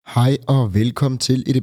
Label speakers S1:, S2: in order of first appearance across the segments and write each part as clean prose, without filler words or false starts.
S1: Hej og velkommen til EDB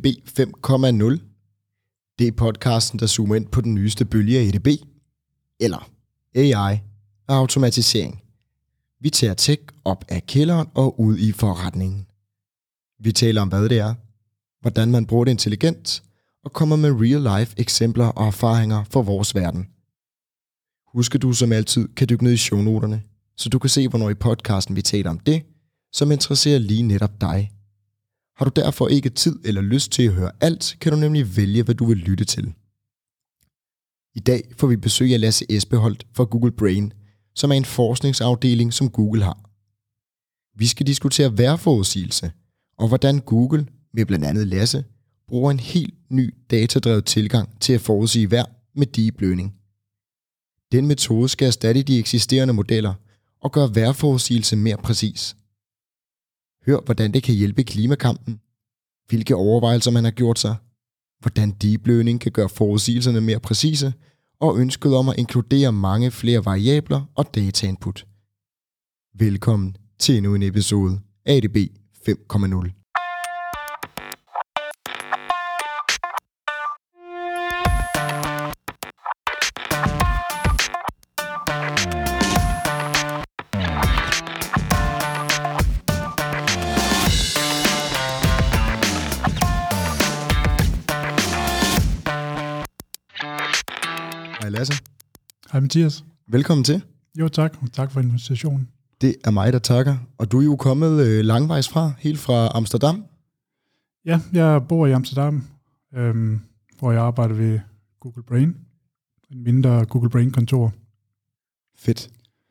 S1: 5.0. Det er podcasten, der zoomer ind på den nyeste bølge af EDB, eller AI og automatisering. Vi tager tech op af kælderen og ud i forretningen. Vi taler om, hvad det er, hvordan man bruger det intelligent, og kommer med real-life eksempler og erfaringer for vores verden. Husk, at du som altid kan dykke ned i shownoterne, så du kan se, hvornår i podcasten vi taler om det, som interesserer lige netop dig. Har du derfor ikke tid eller lyst til at høre alt, kan du nemlig vælge, hvad du vil lytte til. I dag får vi besøg af Lasse Espeholt fra Google Brain, som er en forskningsafdeling, som Google har. Vi skal diskutere vejrforudsigelse, og hvordan Google, med blandt andet Lasse, bruger en helt ny datadrevet tilgang til at forudsige vejr med deep learning. Den metode skal erstatte de eksisterende modeller og gøre vejrforudsigelse mere præcis. Hør, hvordan det kan hjælpe klimakampen, hvilke overvejelser man har gjort sig, hvordan deep learning kan gøre forudsigelserne mere præcise, og ønsket om at inkludere mange flere variabler og data input. Velkommen til endnu en episode af EDB 5.0. Hej Lasse.
S2: Hej Mathias.
S1: Velkommen til.
S2: Jo tak, og tak for invitationen.
S1: Det er mig, der takker. Og du er jo kommet langvejs fra, helt fra Amsterdam.
S2: Ja, jeg bor i Amsterdam, hvor jeg arbejder ved Google Brain. En mindre Google Brain-kontor.
S1: Fedt.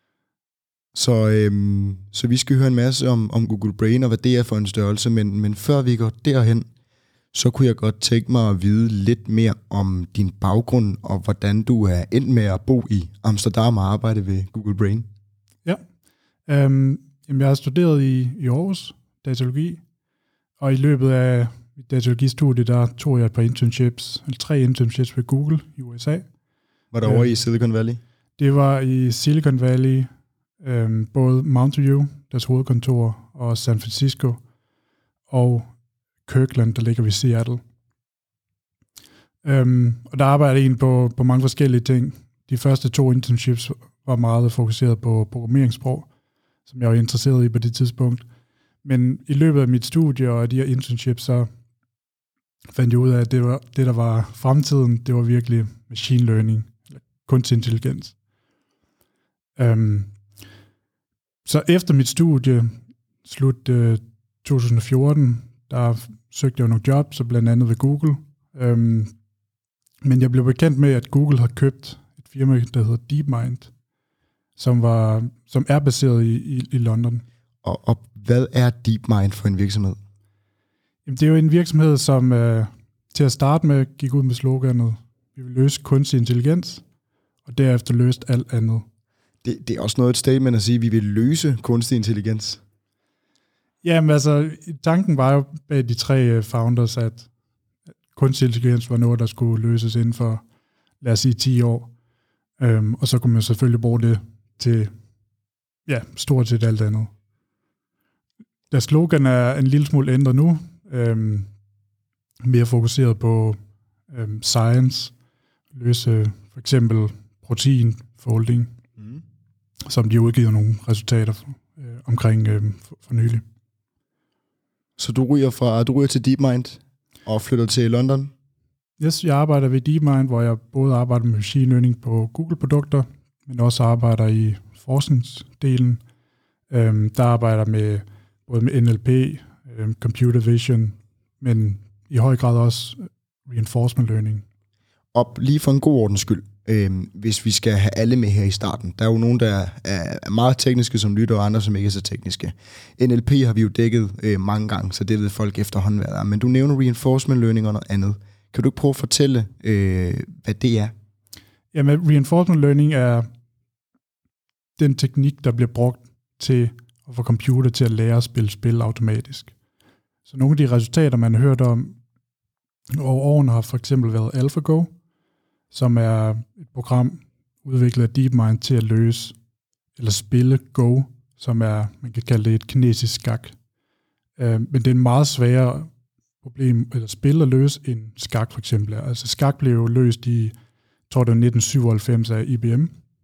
S1: Så vi skal høre en masse om Google Brain og hvad det er for en størrelse, men før vi går derhen, så kunne jeg godt tænke mig at vide lidt mere om din baggrund, og hvordan du er endt med at bo i Amsterdam og arbejde ved Google Brain.
S2: Ja, jeg har studeret i Aarhus, datalogi, og i løbet af mit datalogistudiet, der tog jeg et par 3 internships ved Google i USA.
S1: Var det over i Silicon Valley?
S2: Det var i Silicon Valley, både Mountain View, deres hovedkontor, og San Francisco, og Kirkland, der ligger ved Seattle. Og der arbejder jeg egentlig på mange forskellige ting. De første 2 internships var meget fokuseret på programmeringssprog, som jeg var interesseret i på det tidspunkt. Men i løbet af mit studie og de her internships, så fandt jeg ud af, at det, der var fremtiden, det var virkelig machine learning, eller kunstig intelligens. Så efter mit studie, slut 2014, der søgte jeg nogle jobs, så blandt andet ved Google. Men jeg blev bekendt med, at Google har købt et firma, der hedder DeepMind, som er baseret i London.
S1: Og hvad er DeepMind for en virksomhed?
S2: Jamen, det er jo en virksomhed, som til at starte med gik ud med sloganet, vi vil løse kunstig intelligens, og derefter løst alt andet.
S1: Det er også noget et statement at sige, at vi vil løse kunstig intelligens.
S2: Jamen altså, tanken var jo bag de 3 founders, at kunstig intelligens var noget, der skulle løses inden for, lad os sige, 10 år. Og så kunne man selvfølgelig bruge det til, stort set alt andet. Deres slogan er en lille smule ændret nu, mere fokuseret på science, løse for eksempel proteinfolding, som de har udgivet nogle resultater omkring for nylig.
S1: Så du ryger til DeepMind og flytter til London?
S2: Yes, jeg arbejder ved DeepMind, hvor jeg både arbejder med machine learning på Google-produkter, men også arbejder i forskningsdelen. Der arbejder med både med NLP, computer vision, men i høj grad også reinforcement learning.
S1: Og lige for en god ordens skyld, hvis vi skal have alle med her i starten. Der er jo nogen, der er meget tekniske som lytter, og andre, som ikke er så tekniske. NLP har vi jo dækket mange gange, så det ved folk efterhånden, hvad der er. Men du nævner reinforcement learning og noget andet. Kan du ikke prøve at fortælle, hvad det er?
S2: Jamen, reinforcement learning er den teknik, der bliver brugt til at få computer til at lære at spille spil automatisk. Så nogle af de resultater, man har hørt om over årene, har for eksempel været AlphaGo, som er et program udviklet af DeepMind til at løse eller spille Go, som er, man kan kalde det et kinesisk skak. Men det er en meget sværere problem, eller spil at løse, end skak for eksempel. Altså skak blev jo løst i, jeg tror det var 1997 af IBM.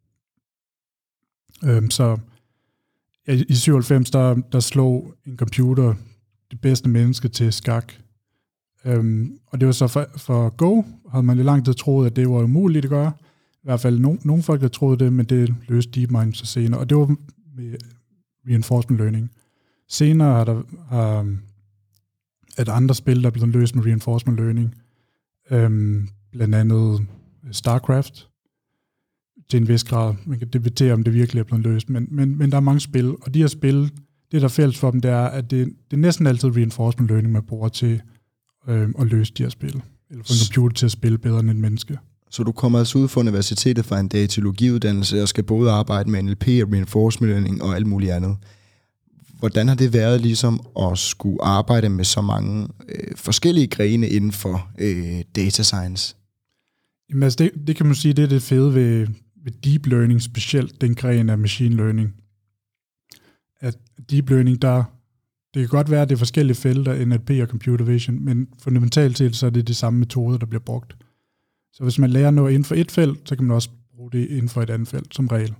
S2: Så i 97, der slog en computer det bedste menneske til skak. Og det var så for Go, havde man i lang tid troet, at det var umuligt at gøre. I hvert fald nogle folk, der troede det, men det løste DeepMind så senere. Og det var med reinforcement learning. Senere har et andre spil, der er blevet løst med reinforcement learning. Blandt andet StarCraft. Til en vis grad. Man kan debattere, om det virkelig er blevet løst. Men der er mange spil. Og de her spil, det der er fælles for dem, det er, at det er næsten altid reinforcement learning, man bruger til at løse de her spil. Eller få en computer til at spille bedre end en menneske.
S1: Så du kommer altså ud fra universitetet fra en datalogiuddannelse og skal både arbejde med NLP og reinforcement learning og alt muligt andet. Hvordan har det været ligesom at skulle arbejde med så mange forskellige grene inden for data science?
S2: Jamen altså det kan man sige, det er det fede ved deep learning, specielt den gren af machine learning. At deep learning, det kan godt være, at det er forskellige felter, NLP og computer vision, men fundamentalt set, så er det de samme metoder, der bliver brugt. Så hvis man lærer noget inden for et felt, så kan man også bruge det inden for et andet felt, som regel.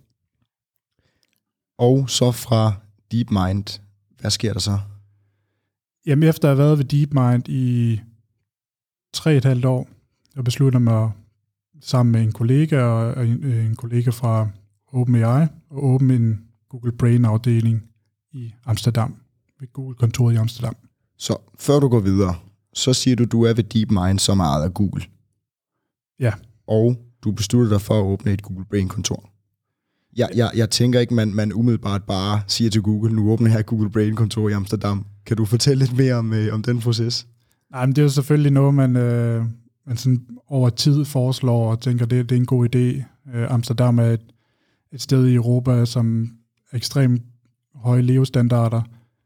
S1: Og så fra DeepMind, hvad sker der så?
S2: Jamen efter at have været ved DeepMind i 3,5 år, jeg besluttede mig sammen med en kollega og en kollega fra OpenAI at åbne en Google Brain-afdeling i Amsterdam, ved Google-kontoret i Amsterdam.
S1: Så før du går videre, så siger du er ved DeepMind, som er ejet af Google.
S2: Ja.
S1: Og du beslutter dig for at åbne et Google Brain-kontor. Jeg tænker ikke, man umiddelbart bare siger til Google, nu åbner jeg et Google Brain-kontor i Amsterdam. Kan du fortælle lidt mere om den proces?
S2: Nej, men det er jo selvfølgelig noget, man sådan over tid foreslår og tænker, det er en god idé. Amsterdam er et sted i Europa, som er ekstremt høje levestandarder.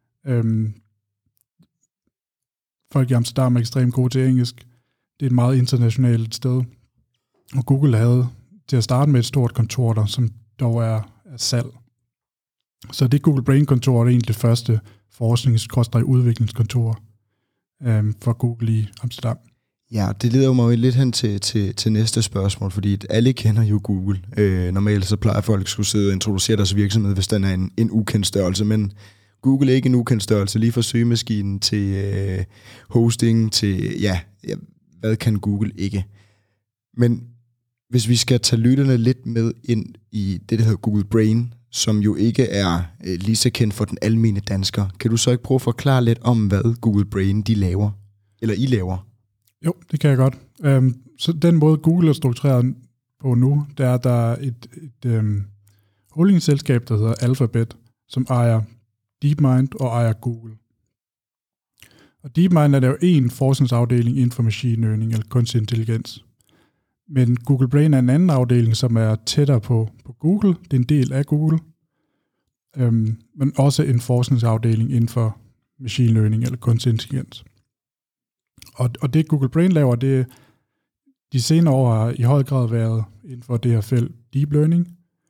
S2: Folk i Amsterdam er ekstremt gode til engelsk. Det er et meget internationalt sted. Og Google havde til at starte med et stort kontor der, som dog er salg. Så det Google Brain-kontor er egentlig det første forsknings-udviklingskontor for Google i Amsterdam.
S1: Ja, det leder mig jo lidt hen til næste spørgsmål, fordi alle kender jo Google. Normalt så plejer folk at skulle sidde og introducere deres virksomhed, hvis den er en ukendt størrelse, men Google er ikke en ukendt størrelse, lige fra søgemaskinen til hosting til, hvad kan Google ikke? Men hvis vi skal tage lytterne lidt med ind i det, der hedder Google Brain, som jo ikke er lige så kendt for den almene dansker, kan du så ikke prøve at forklare lidt om, hvad Google Brain de laver? Eller I laver?
S2: Jo, det kan jeg godt. Så den måde, Google er struktureret på nu, det er, at der er et holdingselskab, der hedder Alphabet, som ejer DeepMind og ejer Google. Og DeepMind er der jo en forskningsafdeling inden for machine learning eller kunstig intelligens. Men Google Brain er en anden afdeling, som er tættere på Google. Det er en del af Google. Men også en forskningsafdeling inden for machine learning eller kunstig intelligens. Og det Google Brain laver, det de senere år har i høj grad været inden for det her felt deep learning.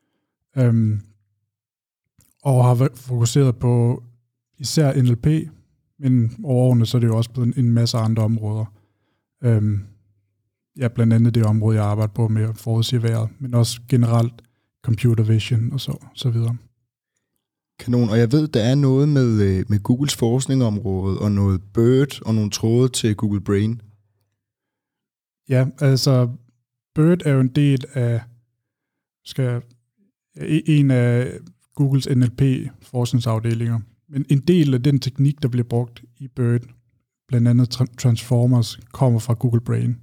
S2: Og har fokuseret på især NLP, men over årene så er det jo også blevet en masse andre områder. Blandt andet det område, jeg arbejder på med at forudsige vejret, men også generelt computer vision og så videre.
S1: Kanon, og jeg ved, der er noget med Googles forskningsområde, og noget BERT, og nogle tråde til Google Brain.
S2: Ja, altså BERT er jo en del af en af Googles NLP-forskningsafdelinger. Men en del af den teknik, der bliver brugt i BERT, blandt andet Transformers, kommer fra Google Brain.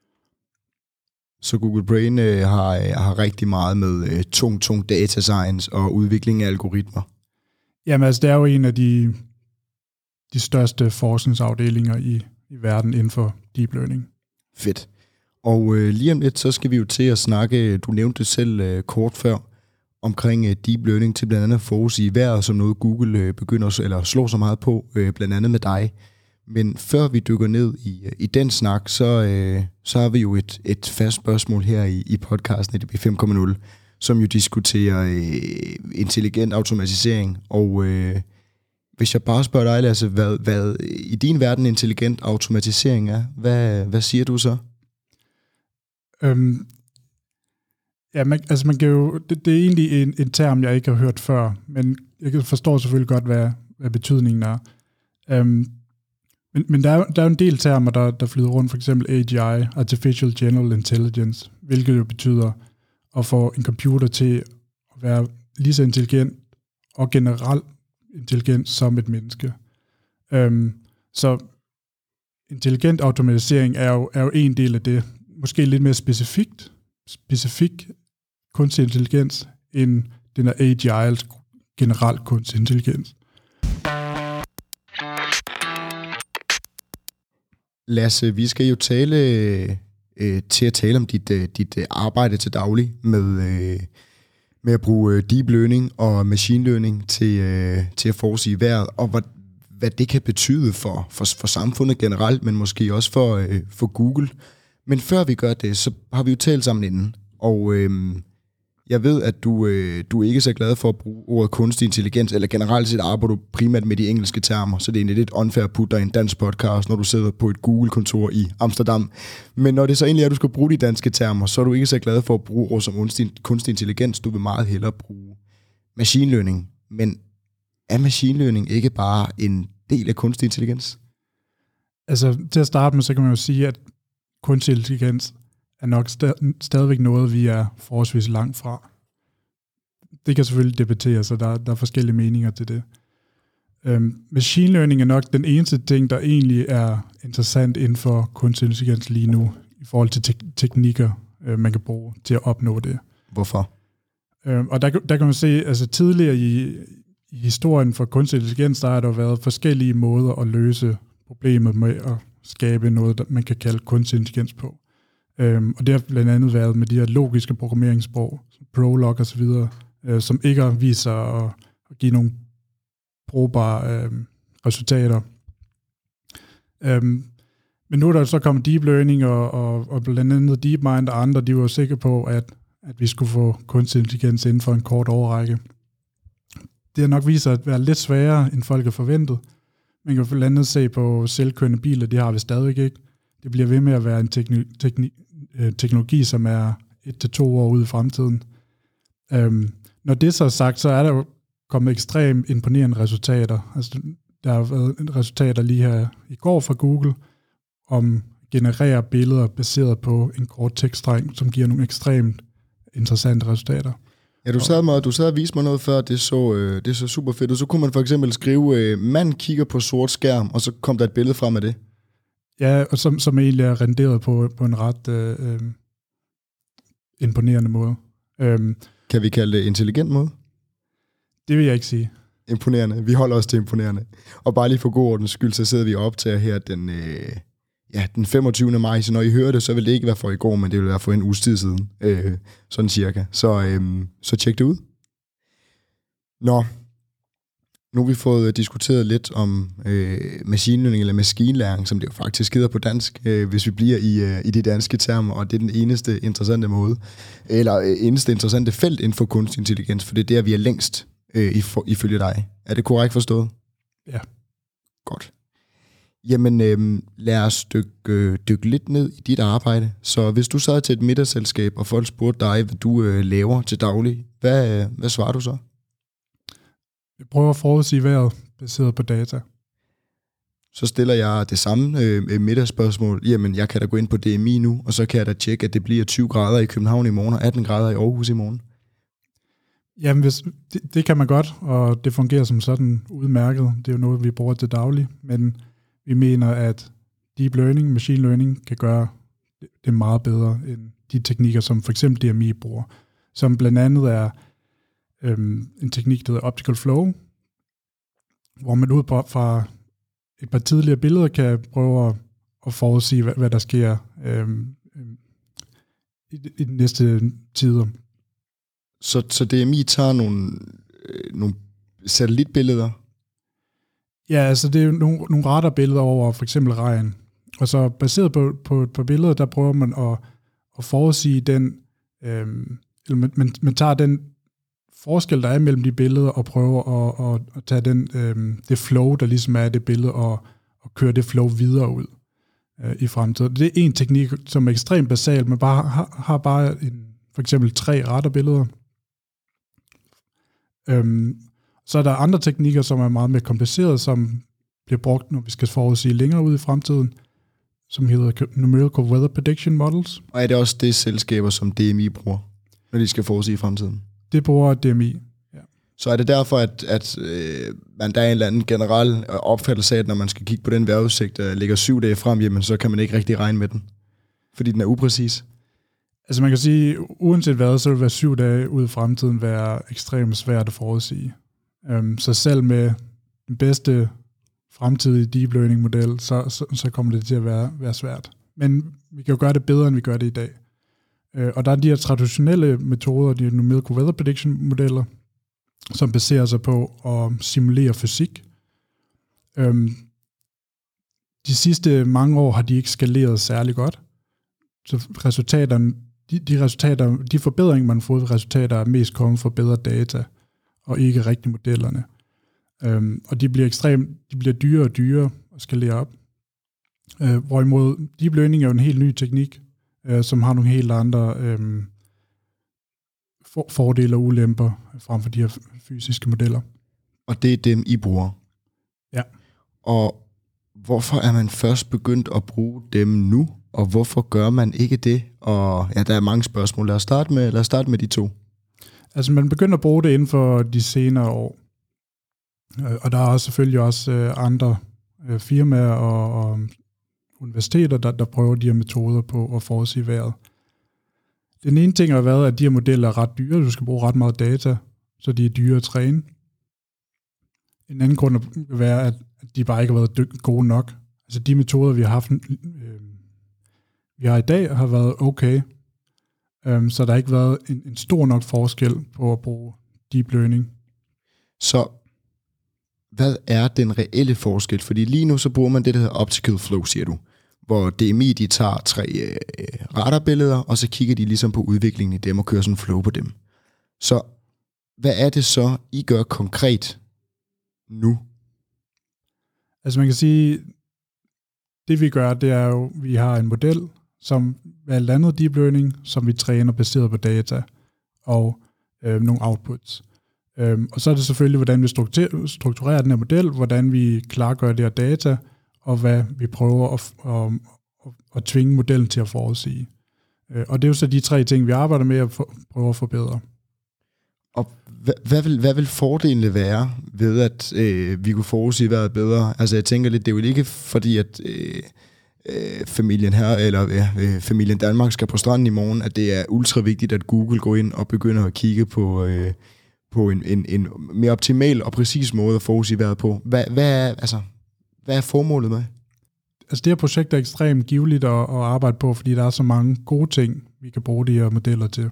S1: Så Google Brain har rigtig meget med tung data science og udvikling af algoritmer.
S2: Jamen altså, det er jo en af de største forskningsafdelinger i verden inden for deep learning.
S1: Fedt. Og lige om lidt, så skal vi jo til at snakke, du nævnte det selv kort før, omkring deep learning til blandt andet at forudsige vejret, som noget Google begynder eller slår så meget på, blandt andet med dig. Men før vi dykker ned i den snak, så har vi jo et fast spørgsmål her i podcasten EDB 5.0, som jo diskuterer intelligent automatisering. Og Hvis jeg bare spørger dig, Lasse, hvad i din verden intelligent automatisering er, hvad siger du så?
S2: Ja, man kan jo, det er egentlig en term, jeg ikke har hørt før, men jeg forstår selvfølgelig godt, hvad betydningen er. Men der er jo en del termer, der flyder rundt, for eksempel AGI, Artificial General Intelligence, hvilket jo betyder at få en computer til at være lige så intelligent og generelt intelligent som et menneske. Så intelligent automatisering er jo en del af det. Måske lidt mere specifik kunstig intelligens, end den er AGI, altså generelt kunstig intelligens.
S1: Lasse, vi skal jo tale om dit arbejde til daglig med at bruge deep learning og machine learning til at forudsige vejret, og hvad det kan betyde for samfundet generelt, men måske også for Google. Men før vi gør det, så har vi jo talt sammen inden, og jeg ved, at du ikke er så glad for at bruge ordet kunstig intelligens, eller generelt set arbejder du primært med de engelske termer, så det er egentlig lidt unfair at putte dig i en dansk podcast, når du sidder på et Google-kontor i Amsterdam. Men når det så egentlig er, at du skal bruge de danske termer, så er du ikke så glad for at bruge ord som kunstig intelligens. Du vil meget hellere bruge machine learning. Men er machine learning ikke bare en del af kunstig intelligens?
S2: Altså, til at starte med, så kan man jo sige, at kunstig intelligens er nok stadigvæk noget, vi er forholdsvis langt fra. Det kan selvfølgelig debatteres, og der er forskellige meninger til det. Machine learning er nok den eneste ting, der egentlig er interessant inden for kunstig intelligens lige nu, i forhold til teknikker, man kan bruge til at opnå det.
S1: Hvorfor?
S2: Og der kan man se, altså tidligere i historien for kunstig intelligens, der har der været forskellige måder at løse problemet med at skabe noget, man kan kalde kunstig intelligens på. Og det har blandt andet været med de her logiske programmeringssprog, Prolog og så videre, som ikke har vist sig at give nogle brugbare resultater. Men nu er der så kommet deep learning og blandt andet DeepMind og andre, de var sikre på, at vi skulle få kunstig intelligens inden for en kort årrække. Det har nok vist sig at være lidt sværere, end folk har forventet. Man kan blandt andet se på selvkørende biler, det har vi stadigvæk ikke. Det bliver ved med at være en teknologi, som er 1 til 2 år ude i fremtiden. Når det så er sagt, så er der jo kommet ekstremt imponerende resultater. Altså, der har været resultater lige her i går fra Google, om generere billeder baseret på en kort tekststreng, som giver nogle ekstremt interessante resultater.
S1: Ja, du sad og viste mig noget før, det så super fedt. Og så kunne man for eksempel skrive, mand kigger på sort skærm, og så kom der et billede frem af det.
S2: Ja, og som egentlig er renderet på en ret imponerende måde.
S1: Kan vi kalde det intelligent måde?
S2: Det vil jeg ikke sige.
S1: Imponerende. Vi holder os til imponerende. Og bare lige for god ordens skyld, så sidder vi op til her den 25. maj, så når I hører det, så vil det ikke være for i går, men det vil være for en uges tid siden. Sådan cirka. Så tjek det ud. Nå, nu har vi fået diskuteret lidt om machine learning eller maskinlæring, som det jo faktisk hedder på dansk, hvis vi bliver i de danske termer, og det er den eneste interessante måde, eller eneste interessante felt inden for kunstig intelligens, for det er der, vi er længst ifølge dig. Er det korrekt forstået?
S2: Ja.
S1: Godt. Jamen, lad os dykke lidt ned i dit arbejde. Så hvis du sad til et middagsselskab, og folk spurgte dig, hvad du laver til daglig, hvad svarer du så?
S2: Jeg prøver at forudsige vejret baseret på data.
S1: Så stiller jeg det samme middagsspørgsmål. Jamen, jeg kan da gå ind på DMI nu, og så kan jeg da tjekke, at det bliver 20 grader i København i morgen, og 18 grader i Aarhus i morgen.
S2: Jamen, det kan man godt, og det fungerer som sådan udmærket. Det er jo noget, vi bruger til daglig, men vi mener, at deep learning, machine learning, kan gøre det meget bedre end de teknikker, som for eksempel DMI bruger, som blandt andet er en teknik, der hedder optical flow, hvor man ud fra et par tidligere billeder kan prøve at forudsige, hvad der sker i de næste tider.
S1: Så DMI tager nogle satellitbilleder?
S2: Ja, altså det er jo nogle radarbilleder over for eksempel regn. Og så baseret på et par billeder, der prøver man at forudsige den, eller man tager den forskel, der er mellem de billeder, og prøve at tage det flow, der ligesom er i det billede, og køre det flow videre ud i fremtiden. Det er en teknik, som er ekstremt basal, men har bare for eksempel 3 raterbilleder. Så er der andre teknikker, som er meget mere komplicerede, som bliver brugt, når vi skal forudsige længere ud i fremtiden, som hedder Numerical Weather Prediction Models.
S1: Og er det også det selskaber, som DMI bruger, når de skal forudsige fremtiden?
S2: Det bruger DMI, ja.
S1: Så er det derfor, at man der er en eller anden generel opfattelse af, at når man skal kigge på den vejrudsigt, der ligger 7 dage frem, jamen, så kan man ikke rigtig regne med den, fordi den er upræcis.
S2: Altså man kan sige, uanset hvad, så vil det være 7 dage ude i fremtiden være ekstremt svært at forudsige. Så selv med den bedste fremtidige deep learning model, så kommer det til at være svært. Men vi kan jo gøre det bedre, end vi gør det i dag. Og der er de her traditionelle metoder, de numerical weather prediction modeller, som baserer sig på at simulere fysik. De sidste mange år har de ikke skaleret særlig godt. Så resultaterne, de forbedringer, man får ud resultater, er mest kommet fra bedre data, og ikke rigtig modellerne. Og de bliver dyrere og dyrere at skalere op. Hvorimod deep learning er jo en helt ny teknik, som har nogle helt andre fordele og ulemper frem for de her fysiske modeller.
S1: Og det er dem, I bruger?
S2: Ja.
S1: Og hvorfor er man først begyndt at bruge dem nu, og hvorfor gør man ikke det? Og ja, der er mange spørgsmål. Lad os starte med de 2.
S2: Altså man begynder at bruge det inden for de senere år. Og der er selvfølgelig også andre firmaer og universiteter, der prøver de her metoder på at forudsige vejret. Den ene ting har været, at de her modeller er ret dyre. Du skal bruge ret meget data, så de er dyre at træne. En anden grund kan være, at de bare ikke har været gode nok. Altså de metoder, vi har haft, vi har i dag, har været okay. Så der har ikke været en stor nok forskel på at bruge deep learning.
S1: Så hvad er den reelle forskel? Fordi lige nu så bruger man det, der hedder optical flow, siger du, hvor DMI de tager 3 radarbilleder, og så kigger de ligesom på udviklingen i dem og kører sådan en flow på dem. Så hvad er det så, I gør konkret nu?
S2: Altså man kan sige, det vi gør, det er jo, vi har en model, som er alt andet deep learning, som vi træner baseret på data og nogle outputs. Og så er det selvfølgelig, hvordan vi strukturerer den her model, hvordan vi klargør det her data, og hvad vi prøver at tvinge modellen til at forudsige. Og det er jo så de 3 ting, vi arbejder med at prøve at forbedre. Og
S1: hvad vil fordelene være ved, at vi kunne forudsige vejret bedre? Altså jeg tænker lidt, det er jo ikke fordi, at familien her, eller familien Danmark skal på stranden i morgen, at det er ultra vigtigt, at Google går ind og begynder at kigge på en mere optimal og præcis måde at forudsige vejret på. Hvad er formålet med?
S2: Altså det her projekt er ekstremt giveligt at arbejde på, fordi der er så mange gode ting, vi kan bruge de her modeller til.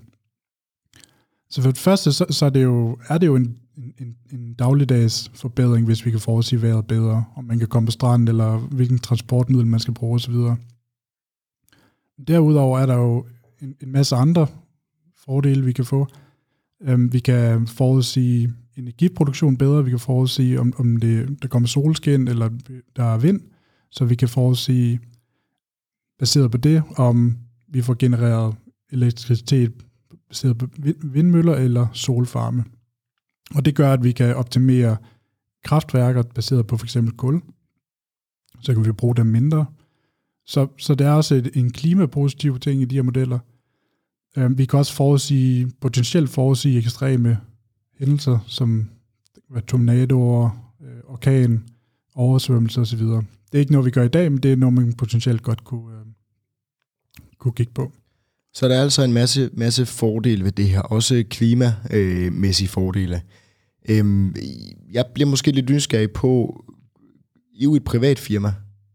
S2: Så for det første, så er det jo en dagligdags forbedring, hvis vi kan forudsige vejret bedre, om man kan komme på stranden, eller hvilken transportmiddel man skal bruge osv. Derudover er der jo en masse andre fordele, vi kan få. Vi kan forudsige energiproduktion bedre, vi kan forudsige, om der kommer solskin, eller der er vind, så vi kan forudsige, baseret på det, om vi får genereret elektricitet baseret på vindmøller eller solfarme. Og det gør, at vi kan optimere kraftværker baseret på f.eks. kul. Så kan vi bruge dem mindre. Så det er også en klimapositiv ting i de her modeller. Vi kan også potentielt forudsige ekstreme hændelser, som tornadoer, orkan, oversvømmelser osv. Det er ikke noget, vi gør i dag, men det er noget, man potentielt godt kunne kigge på.
S1: Så der er altså en masse fordele ved det her, også klimamæssige fordele. Jeg bliver måske lidt nysgerrig på, I er jo et privat firma,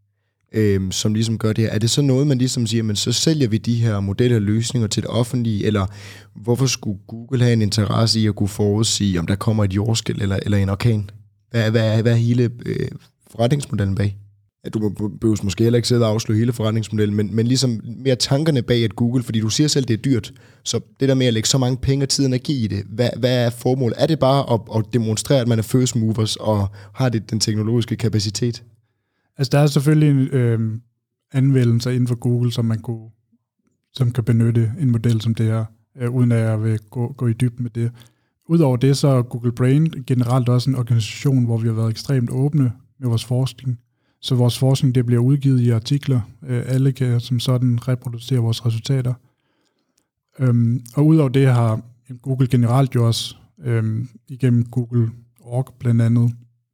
S1: som ligesom gør det her. Er det så noget, man ligesom siger, men så sælger vi de her modeller og løsninger til det offentlige, eller hvorfor skulle Google have en interesse i at kunne forudsige, om der kommer et jordskælv eller en orkan? Hvad er hele forretningsmodellen bag? at du behøver måske heller ikke sidde og afsløre hele forretningsmodellen, men ligesom mere tankerne bag at Google, fordi du siger selv, det er dyrt, så det der med at lægge så mange penge og tid og energi i det, hvad er formålet? Er det bare at demonstrere, at man er first movers og har den teknologiske kapacitet?
S2: Altså, der er selvfølgelig anvendelser inden for Google, som kan benytte en model som det her, uden at jeg vil gå i dybden med det. Udover det, så er Google Brain generelt også en organisation, hvor vi har været ekstremt åbne med vores forskning. Så vores forskning, det bliver udgivet i artikler. Alle kan som sådan reproducere vores resultater. Og udover det har Google generelt jo også, igennem Google Org blandt andet,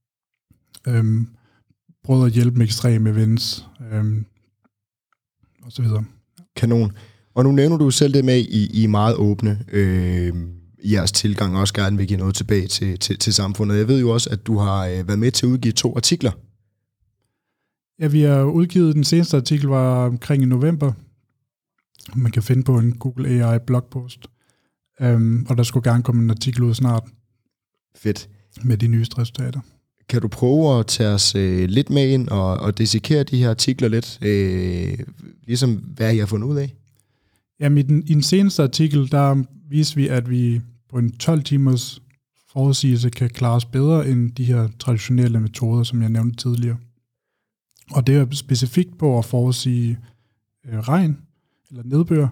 S2: prøvet at hjælpe med ekstreme events, og så videre.
S1: Kanon. Og nu nævner du selv det med, I er meget åbne i jeres tilgang, og også gerne vil give noget tilbage til samfundet. Jeg ved jo også, at du har været med til at udgive 2 artikler.
S2: Ja, vi har udgivet, den seneste artikel var omkring i november. Man kan finde på en Google AI blogpost. Og der skulle gerne komme en artikel ud snart.
S1: Fedt.
S2: Med de nyeste resultater.
S1: Kan du prøve at tage os lidt med ind og dissekere de her artikler lidt? Ligesom hvad I har fundet ud af?
S2: Jamen, i den seneste artikel, der viser vi, at vi på en 12 timers forudsigelse kan klare os bedre end de her traditionelle metoder, som jeg nævnte tidligere. Og det er specifikt på at forudsige regn eller nedbør.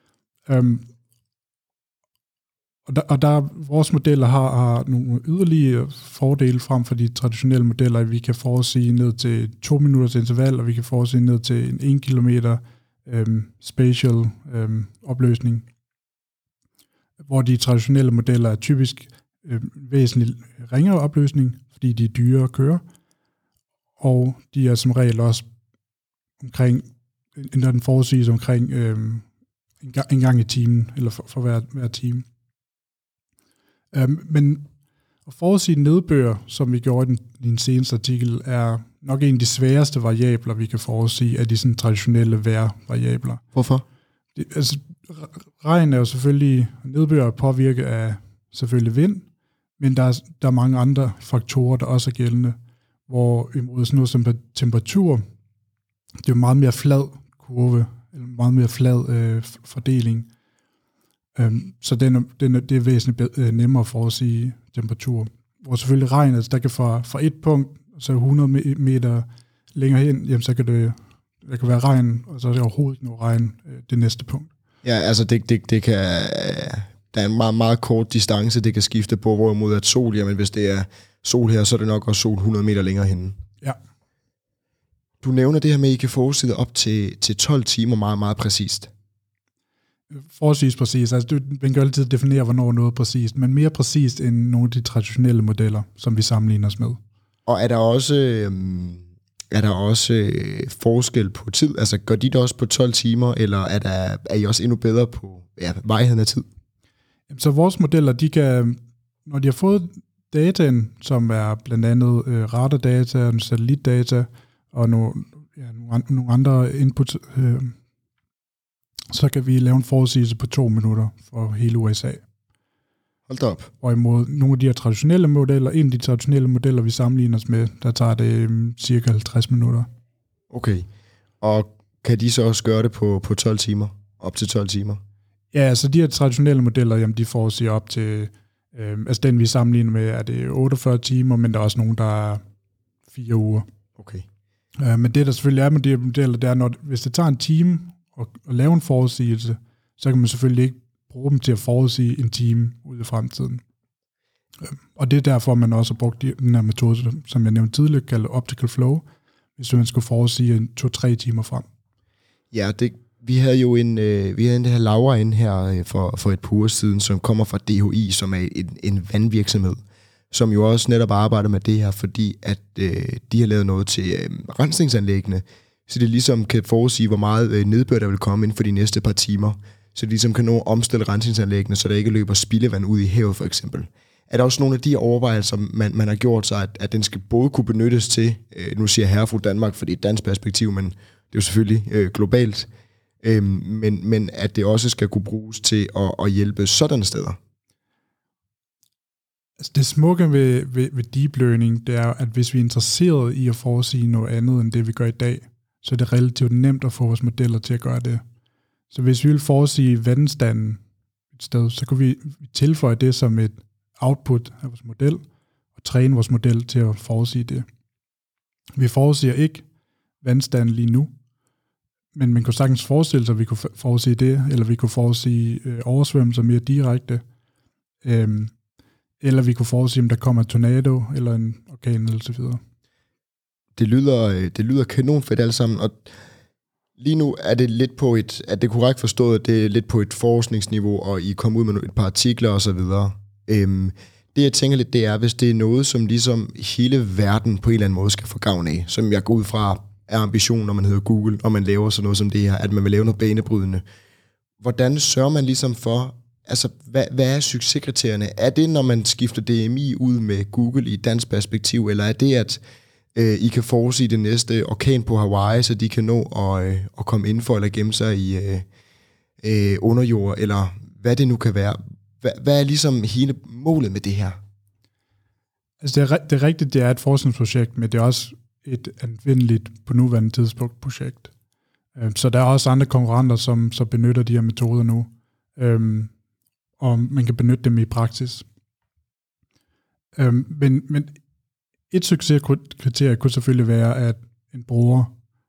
S2: Og vores modeller har nogle yderligere fordele frem for de traditionelle modeller. Vi kan forudsige ned til 2 minutters interval, og vi kan forudsige ned til en 1 kilometer spatial opløsning, hvor de traditionelle modeller er typisk væsentligt ringere opløsning, fordi de er dyre at køre, og de er som regel også omkring, når den forudsiges omkring en gang i timen, eller for hver time. Men at forudsige nedbør, som vi gjorde i den seneste artikel, er nok en af de sværeste variabler, vi kan forudsige af de sådan traditionelle vejrvariabler.
S1: Hvorfor?
S2: Regn er jo selvfølgelig, nedbør er påvirket af selvfølgelig vind, men der er mange andre faktorer, der også er gældende, hvor imod sådan noget som temperatur, det er jo meget mere flad kurve, eller meget mere flad fordeling. Så det er væsentligt nemmere at forudsige temperatur. Hvor selvfølgelig regn, altså der kan fra et punkt, så 100 meter længere hen, jamen så kan der kan være regn, og så er det overhovedet ikke noget regn det næste punkt.
S1: Ja, altså det kan, der er en meget, meget kort distance, det kan skifte på, hvorimod at sol, jamen hvis det er sol her, så er det nok også sol 100 meter længere henne.
S2: Ja.
S1: Du nævner det her med, at I kan forudsige op til 12 timer meget, meget præcist.
S2: Forholdsvis præcist. Altså, man kan altid definere, hvornår noget er præcist, men mere præcist end nogle af de traditionelle modeller, som vi sammenligner os med. Og
S1: er der også forskel på tid? Altså, gør de det også på 12 timer, eller er I også endnu bedre på varigheden af tid?
S2: Så vores modeller, de kan, når de har fået dataen, som er blandt andet radardata, satellitdata og nogle andre input, så kan vi lave en forudsigelse på 2 minutter for hele USA.
S1: Hold da op.
S2: Og imod nogle af de her traditionelle modeller, en af de traditionelle modeller, vi sammenligner os med, der tager det cirka 50 minutter.
S1: Okay. Og kan de så også gøre det på 12 timer? Op til 12 timer?
S2: Ja, altså de her traditionelle modeller, jamen de forudsiger op til, altså den vi sammenligner med, er det 48 timer, men der er også nogen, der er 4 uger.
S1: Okay.
S2: Men det der selvfølgelig er med de her modeller, det er, hvis det tager en time at lave en forudsigelse, så kan man selvfølgelig ikke bruge dem til at forudsige en time ud i fremtiden. Og det er derfor, man også har brugt den her metode, som jeg nævnte tidligere, kaldet optical flow, hvis man skulle forudsige 2-3 timer frem.
S1: Ja, vi havde jo en det her Laura inde her for et par uger siden, som kommer fra DHI, som er en vandvirksomhed, som jo også netop arbejder med det her, fordi at de har lavet noget til rensningsanlæggene, så det ligesom kan forudsige, hvor meget nedbør der vil komme inden for de næste par timer, så det ligesom kan nå at omstille rensningsanlæggene, så der ikke løber spildevand ud i havet for eksempel. Er der også nogle af de overvejelser, man har gjort sig, at den skal både kunne benyttes til, nu siger herre fra Danmark, fordi det er et dansk perspektiv, men det er jo selvfølgelig globalt, men at det også skal kunne bruges til at hjælpe sådan steder?
S2: Altså det smukke ved deep learning, det er, at hvis vi er interesseret i at forudsige noget andet end det, vi gør i dag, så er det relativt nemt at få vores modeller til at gøre det. Så hvis vi vil forudsige vandstanden et sted, så kan vi tilføje det som et output af vores model, og træne vores model til at forudsige det. Vi forudsiger ikke vandstanden lige nu, men man kunne sagtens forestille sig, at vi kunne forudsige det, eller vi kunne forudsige oversvømmelser mere direkte, eller vi kunne forudsige, om der kommer en tornado, eller en orkan, eller så videre.
S1: Det lyder kanonfedt alt sammen, og lige nu er det lidt på er det korrekt forstået, at det er lidt på et forskningsniveau, og I kommer ud med et par artikler og så videre. Det jeg tænker lidt, det er, hvis det er noget, som ligesom hele verden på en eller anden måde skal få gavn af, som jeg går ud fra er ambitionen, når man hedder Google, og man laver sådan noget som det her, at man vil lave noget banebrydende. Hvordan sørger man ligesom for, altså hvad er succeskriterierne? Er det, når man skifter DMI ud med Google i dansk perspektiv, eller er det, at I kan forudsige det næste orkan på Hawaii, så de kan nå at komme indenfor eller gemme sig i underjord, eller hvad det nu kan være? Hvad er ligesom hele målet med det her?
S2: Altså det er rigtigt, det er et forskningsprojekt, men det er også et anvendeligt på nuværende tidspunkt projekt. Så der er også andre konkurrenter, som så benytter de her metoder nu, og man kan benytte dem i praksis. Men et succeskriterie kunne selvfølgelig være, at en bruger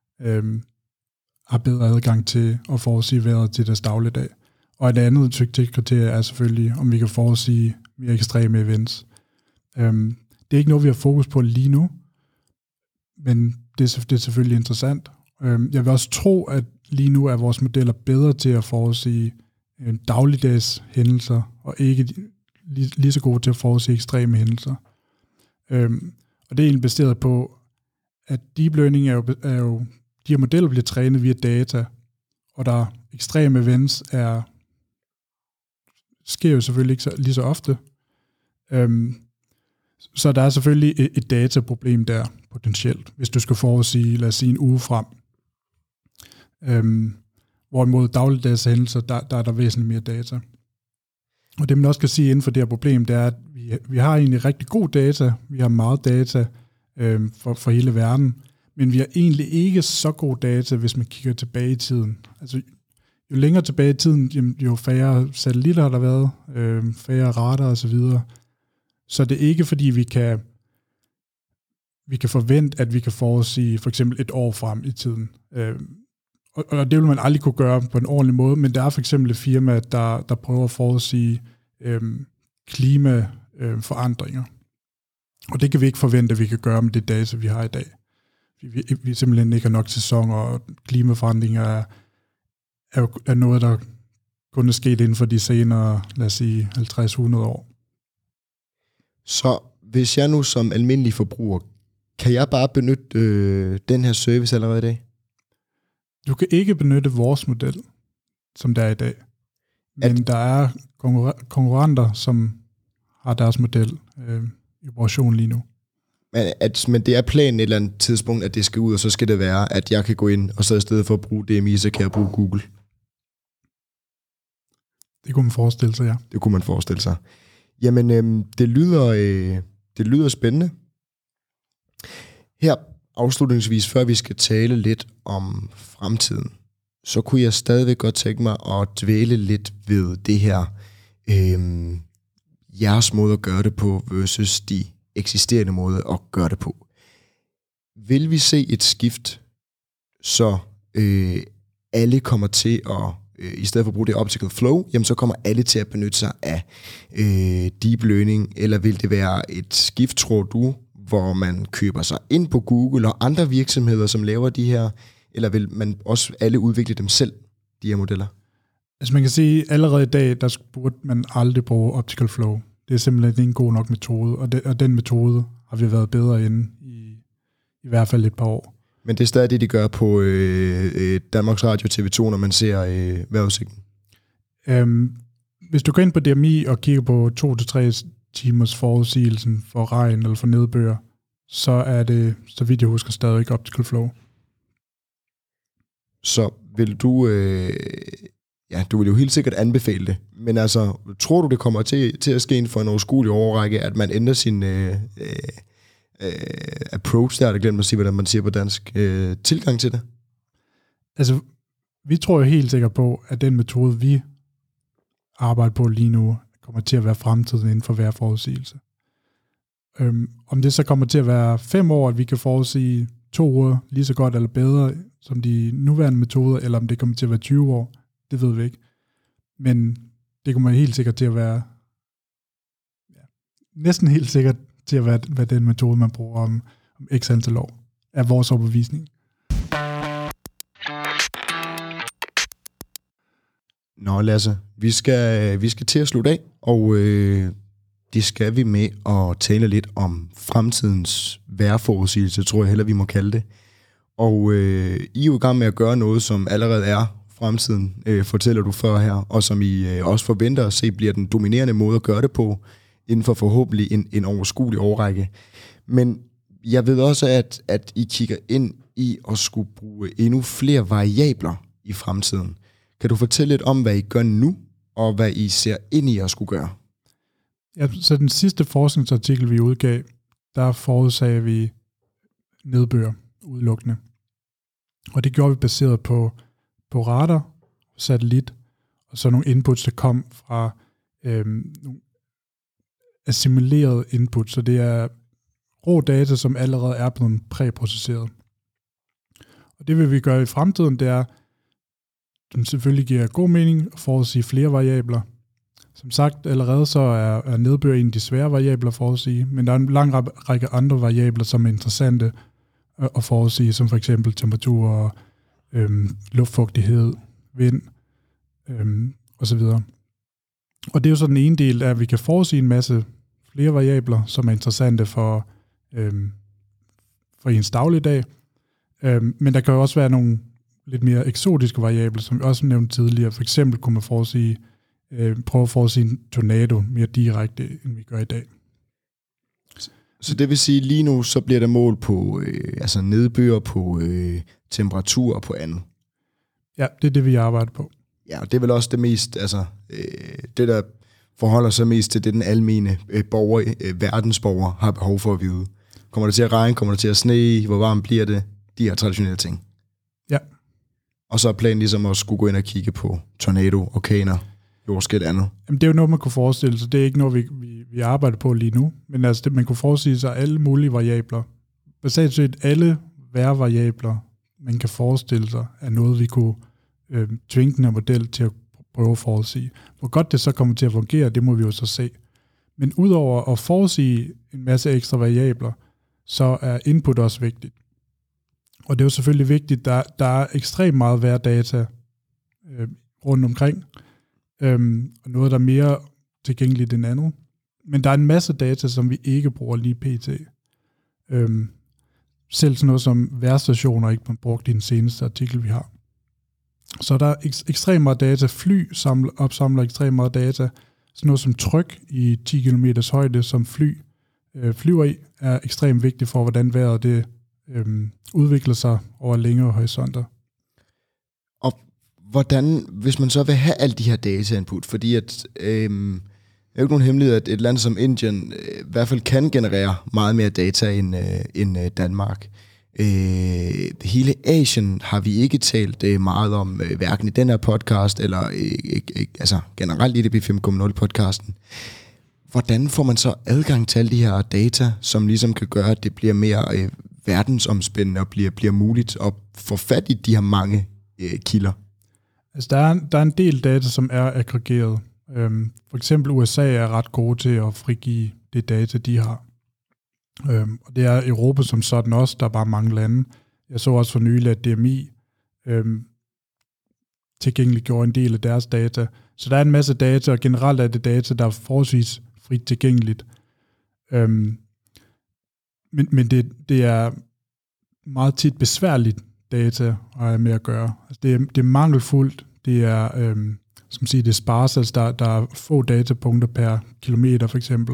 S2: har bedre adgang til at forudsige vejret til deres dagligdag. Og et andet succeskriterie er selvfølgelig, om vi kan forudsige mere ekstreme events. Det er ikke noget, vi har fokus på lige nu, men det er selvfølgelig interessant. Jeg vil også tro, at lige nu er vores modeller bedre til at forudsige dagligdags hændelser, og ikke lige så gode til at forudsige ekstreme hændelser. Og det er egentlig baseret på, at deep learning er jo de her modeller bliver trænet via data, og der ekstreme events sker jo selvfølgelig ikke lige så ofte. Så der er selvfølgelig et dataproblem der, potentielt, hvis du skal forudsige, lad os sige, en uge frem. Hvorimod dagligdags hændelser, der er der væsentligt mere data. Og det man også kan sige inden for det her problem, det er, at vi har egentlig rigtig god data, vi har meget data for hele verden, men vi har egentlig ikke så god data, hvis man kigger tilbage i tiden. Altså, jo længere tilbage i tiden, jo færre satellitter har der været, færre radar osv. Så det er ikke fordi, vi kan forvente, at vi kan forudsige for eksempel et år frem i tiden. Og det vil man aldrig kunne gøre på en ordentlig måde, men der er for eksempel et firma, der prøver at forudsige klimaforandringer. Og det kan vi ikke forvente, at vi kan gøre med det data, vi har i dag. Vi simpelthen ikke har nok sæsoner, og klimaforandringer er noget, der kun er sket inden for de senere, lad os sige, 50-100 år.
S1: Så hvis jeg nu som almindelig forbruger, kan jeg bare benytte den her service allerede i dag?
S2: Du kan ikke benytte vores model, som der er i dag. Men der er konkurrenter, som har deres model i operation lige nu.
S1: Men det er planen et eller andet tidspunkt, at det skal ud, og så skal det være, at jeg kan gå ind, og så i stedet for at bruge DMI, så kan jeg bruge Google.
S2: Det kunne man forestille sig, ja.
S1: Det kunne man forestille sig. Jamen, det lyder spændende. Her afslutningsvis, før vi skal tale lidt om fremtiden, så kunne jeg stadigvæk godt tænke mig at dvæle lidt ved det her, jeres måde at gøre det på versus de eksisterende måde at gøre det på. Vil vi se et skift, så alle kommer til at, i stedet for at bruge det optical flow, jamen så kommer alle til at benytte sig af deep learning, eller vil det være et skift, tror du, hvor man køber sig ind på Google og andre virksomheder, som laver de her, eller vil man også alle udvikle dem selv, de her modeller?
S2: Altså man kan sige, at allerede i dag, der burde man aldrig bruge optical flow. Det er simpelthen ikke en god nok metode, og den metode har vi været bedre inde i hvert fald et par år.
S1: Men det er stadig det, de gør på Danmarks Radio TV2, når man ser vejrudsigten?
S2: Hvis du går ind på DMI og kigger på 2-3 timers forudsigelsen for regn eller for nedbør, så er det, så vidt jeg husker, stadig ikke optical flow.
S1: Så vil du ja, du vil jo helt sikkert anbefale det. Men altså, tror du, det kommer til at ske inden for en overskuelig overrække, at man ændrer sin approach, der er det glemt at sige, hvordan man siger på dansk, tilgang til det?
S2: Altså, vi tror jo helt sikkert på, at den metode, vi arbejder på lige nu, kommer til at være fremtiden inden for vejrforudsigelse. Om det så kommer til at være 5 år, at vi kan forudsige 2 uger lige så godt eller bedre som de nuværende metoder, eller om det kommer til at være 20 år, det ved vi ikke. Men det kommer helt sikkert til at være, næsten helt sikkert til at være den metode, man bruger om x antal år, er vores overbevisning.
S1: Nå Lasse, vi skal til at slutte af, og det skal vi med at tale lidt om fremtidens vejrforudsigelse, tror jeg heller vi må kalde det. Og I er jo i gang med at gøre noget, som allerede er fremtiden, fortæller du før her, og som I også forventer at se bliver den dominerende måde at gøre det på, inden for forhåbentlig en overskuelig årrække. Men jeg ved også, at I kigger ind i at skulle bruge endnu flere variabler i fremtiden. Kan du fortælle lidt om, hvad I gør nu, og hvad I ser ind i at skulle gøre?
S2: Ja, så den sidste forskningsartikel, vi udgav, der forudsagde vi nedbør udelukkende. Og det gjorde vi baseret på radar, satellit, og så nogle inputs, der kom fra nogle assimilerede input, så det er rå data, som allerede er blevet præprocesseret. Og det vil vi gøre i fremtiden, det er, som selvfølgelig giver god mening at forudsige flere variabler. Som sagt, allerede så er nedbør en af de svære variabler at forudsige, men der er en lang række andre variabler, som er interessante at forudsige, som for eksempel temperatur, luftfugtighed, vind osv. Og det er jo så den ene del, at vi kan forudsige en masse flere variabler, som er interessante for ens dagligdag. Men der kan jo også være nogle lidt mere eksotiske variabler, som vi også nævnte tidligere. For eksempel kunne man prøve at forudsige en tornado mere direkte, end vi gør i dag.
S1: Så det vil sige, lige nu så bliver der mål på nedbør, på temperatur og på andet?
S2: Ja, det er det, vi arbejder på.
S1: Ja, og det er vel også det mest, det der forholder sig mest til det, den almene verdensborger har behov for at vide. Kommer det til at regne? Kommer det til at sne? Hvor varmt bliver det? De her traditionelle ting.
S2: Ja. Og
S1: så er planen ligesom at skulle gå ind og kigge på tornado, orkaner, jordskælv og andet.
S2: Jamen, det er jo noget, man kunne forestille sig. Det er ikke noget, vi arbejder på lige nu. Men altså, det, man kunne forestille sig alle mulige variabler. Basalt set alle vejrvariabler, man kan forestille sig, er noget, vi kunne tvinge den her model til at prøve at forudsige. Hvor godt det så kommer til at fungere, det må vi jo så se. Men udover at forudsige en masse ekstra variabler, så er input også vigtigt. Og det er jo selvfølgelig vigtigt, der er ekstremt meget vejrdata rundt omkring, og noget, der er mere tilgængeligt end andet. Men der er en masse data, som vi ikke bruger lige pt. Selv sådan noget som vejrstationer ikke blevet brugt i den seneste artikel, vi har. Så der er ekstremt meget data. Fly opsamler ekstremt meget data. Sådan noget som tryk i 10 km højde, som fly flyver i, er ekstremt vigtigt for, hvordan vejret det udvikler sig over længere horisonter.
S1: Og hvordan, hvis man så vil have alle de her data-input, fordi at er jo ikke nogen hemmelighed, at et land som Indien i hvert fald kan generere meget mere data end Danmark. Hele Asien har vi ikke talt meget om, hverken i den her podcast, eller generelt i DB 5.0 podcasten. Hvordan får man så adgang til alle de her data, som ligesom kan gøre, at det bliver mere verdensomspændende og bliver muligt at få fat i de her mange kilder? Altså
S2: der er en del data, som er aggregeret. For eksempel USA er ret gode til at frigive det data, de har. Og det er Europa som sådan også, der er bare mange lande. Jeg så også for nylig, at DMI tilgængeliggjorde en del af deres data. Så der er en masse data, og generelt er det data, der er forholdsvis frit tilgængeligt. Men det er meget tit besværligt data at have med at gøre. Altså det er mangelfuldt, det er det er sparse, altså der er få datapunkter per kilometer for eksempel.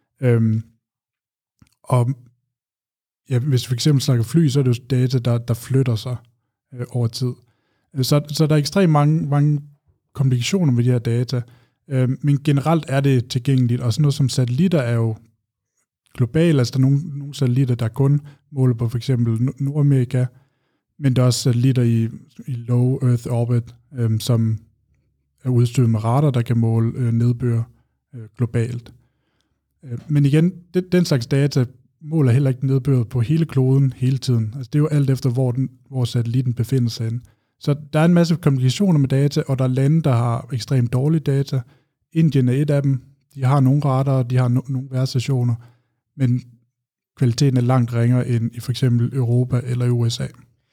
S2: Og ja, hvis vi for eksempel snakker fly, så er det jo data, der flytter sig over tid. Så der er ekstremt mange komplikationer med de her data, men generelt er det tilgængeligt, og sådan noget som satellitter er jo globalt, altså der er nogle satellitter, der kun måler på for eksempel Nordamerika, men der er også satellitter i low Earth orbit, som er udstyret med radar, der kan måle nedbør globalt. Men igen, den slags data måler heller ikke nedbør på hele kloden hele tiden. Altså det er jo alt efter, hvor satellitten befinder sig henne. Så der er en masse komplikationer med data, og der er lande, der har ekstremt dårlige data. Indien er et af dem. De har nogle radarer, de har nogle vejrstationer, men kvaliteten er langt ringere end i for eksempel Europa eller i USA.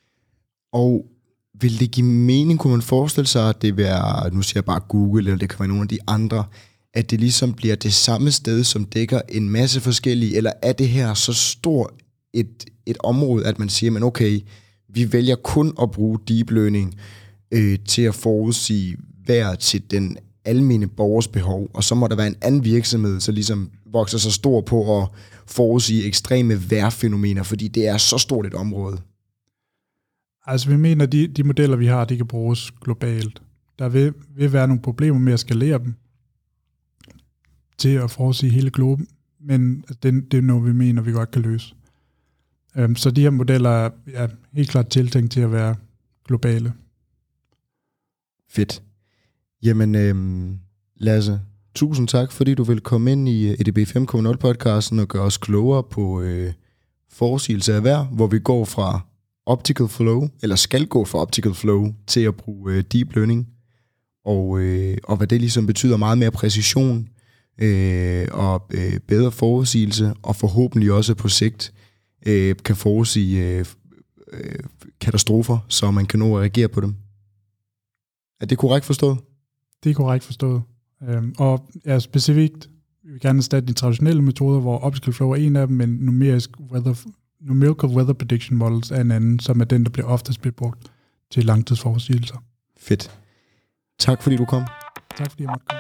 S1: Og vil det give mening, kunne man forestille sig, at det vil, nu siger jeg bare Google, eller det kan være nogle af de andre, at det ligesom bliver det samme sted, som dækker en masse forskellige, eller er det her så stort et område, at man siger, men okay, vi vælger kun at bruge deep learning til at forudsige vejr til den almene borgers behov, og så må der være en anden virksomhed, så ligesom vokser så stor på at forudsige ekstreme vejrfænomener, fordi det er så stort et område.
S2: Altså vi mener, at de modeller, vi har, de kan bruges globalt. Der vil være nogle problemer med at skalere dem til at forudsige hele globen, men det er noget, vi mener, vi godt kan løse. Så de her modeller er helt klart tiltænkt til at være globale.
S1: Fedt. Jamen, Lasse, tusind tak, fordi du vil komme ind i EDB 5.0-podcasten og gøre os klogere på forudsigelse af vejr, hvor vi går fra optical flow, eller skal gå fra optical flow, til at bruge deep learning, og hvad det ligesom betyder meget mere præcision, og bedre forudsigelse, og forhåbentlig også på sigt kan forudsige katastrofer, så man kan nå at reagere på dem. Er det korrekt forstået?
S2: Det er korrekt forstået. Og specifikt vi vil gerne erstatte de traditionelle metoder, hvor optical flow er en af dem, men numerical weather prediction models er en anden, som er den, der bliver oftest brugt til langtidsforudsigelser.
S1: Fedt. Tak fordi du kom.
S2: Tak fordi jeg måtte komme.